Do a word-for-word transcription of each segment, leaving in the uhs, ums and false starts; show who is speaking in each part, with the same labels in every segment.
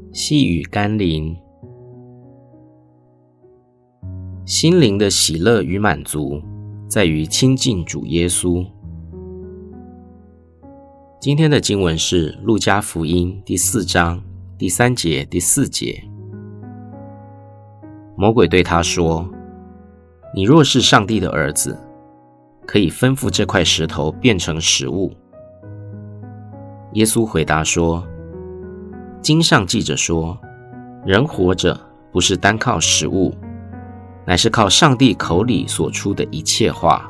Speaker 1: 细雨甘霖，心灵的喜乐与满足在于亲近主耶稣。今天的经文是路加福音第四章第三节第四节。魔鬼对他说：你若是上帝的儿子，可以吩咐这块石头变成食物。耶稣回答说：经上记着说，人活着不是单靠食物，乃是靠上帝口里所出的一切话。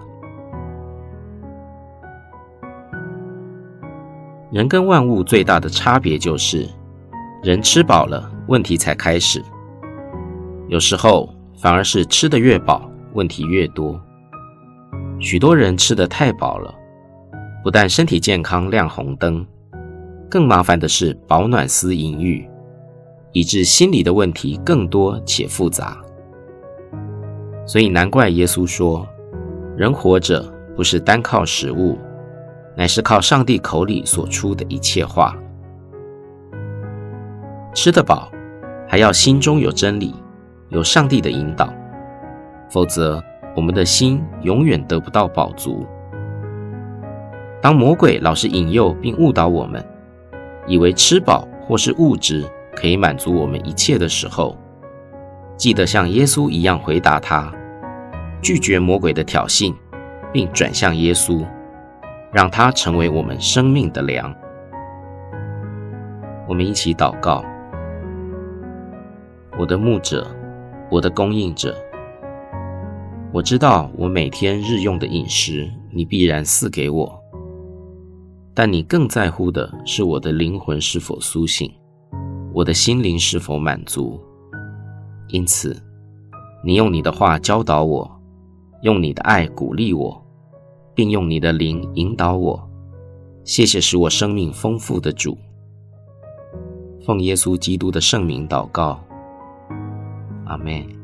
Speaker 1: 人跟万物最大的差别就是，人吃饱了，问题才开始。有时候反而是吃得越饱，问题越多。许多人吃得太饱了，不但身体健康亮红灯，更麻烦的是饱暖思淫欲，以致心理的问题更多且复杂。所以难怪耶稣说，人活着不是单靠食物，乃是靠上帝口里所出的一切话。吃得饱，还要心中有真理，有上帝的引导，否则我们的心永远得不到饱足。当魔鬼老是引诱并误导我们，以为吃饱或是物质可以满足我们一切的时候，记得像耶稣一样回答他，拒绝魔鬼的挑衅，并转向耶稣，让他成为我们生命的粮。我们一起祷告。我的牧者，我的供应者，我知道我每天日用的饮食你必然赐给我，但你更在乎的是我的灵魂是否苏醒，我的心灵是否满足。因此你用你的话教导我，用你的爱鼓励我，并用你的灵引导我。谢谢使我生命丰富的主。奉耶稣基督的圣名祷告，阿们。